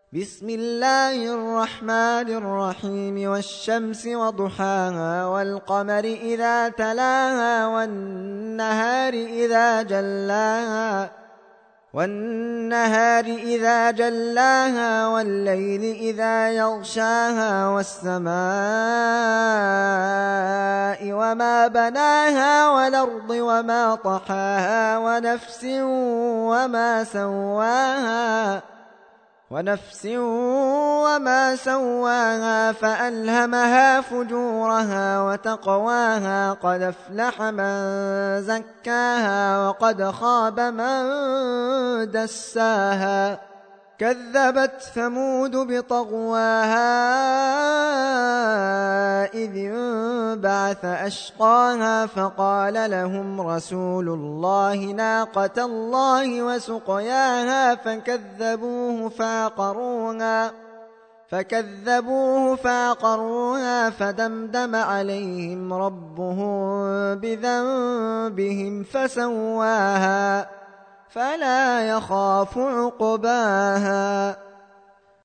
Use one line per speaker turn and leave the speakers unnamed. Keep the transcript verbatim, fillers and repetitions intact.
بسم الله الرحمن الرحيم والشمس وضحاها والقمر إذا تلاها والنهار إذا جلاها والنهار إذا جلاها والليل إذا يغشاها والسماء وما بناها والأرض وما طحاها ونفس وما سواها ونفس وما سواها فألهمها فجورها وتقواها قد أفلح من زكاها وقد خاب من دساها كذبت ثمود بطغواها إذ انبعث أشقاها فقال لهم رسول الله ناقة الله وسقياها فكذبوه فعقروها فكذبوه فعقروها فدمدم عليهم ربهم بذنبهم فسواها فلا يخاف عقباها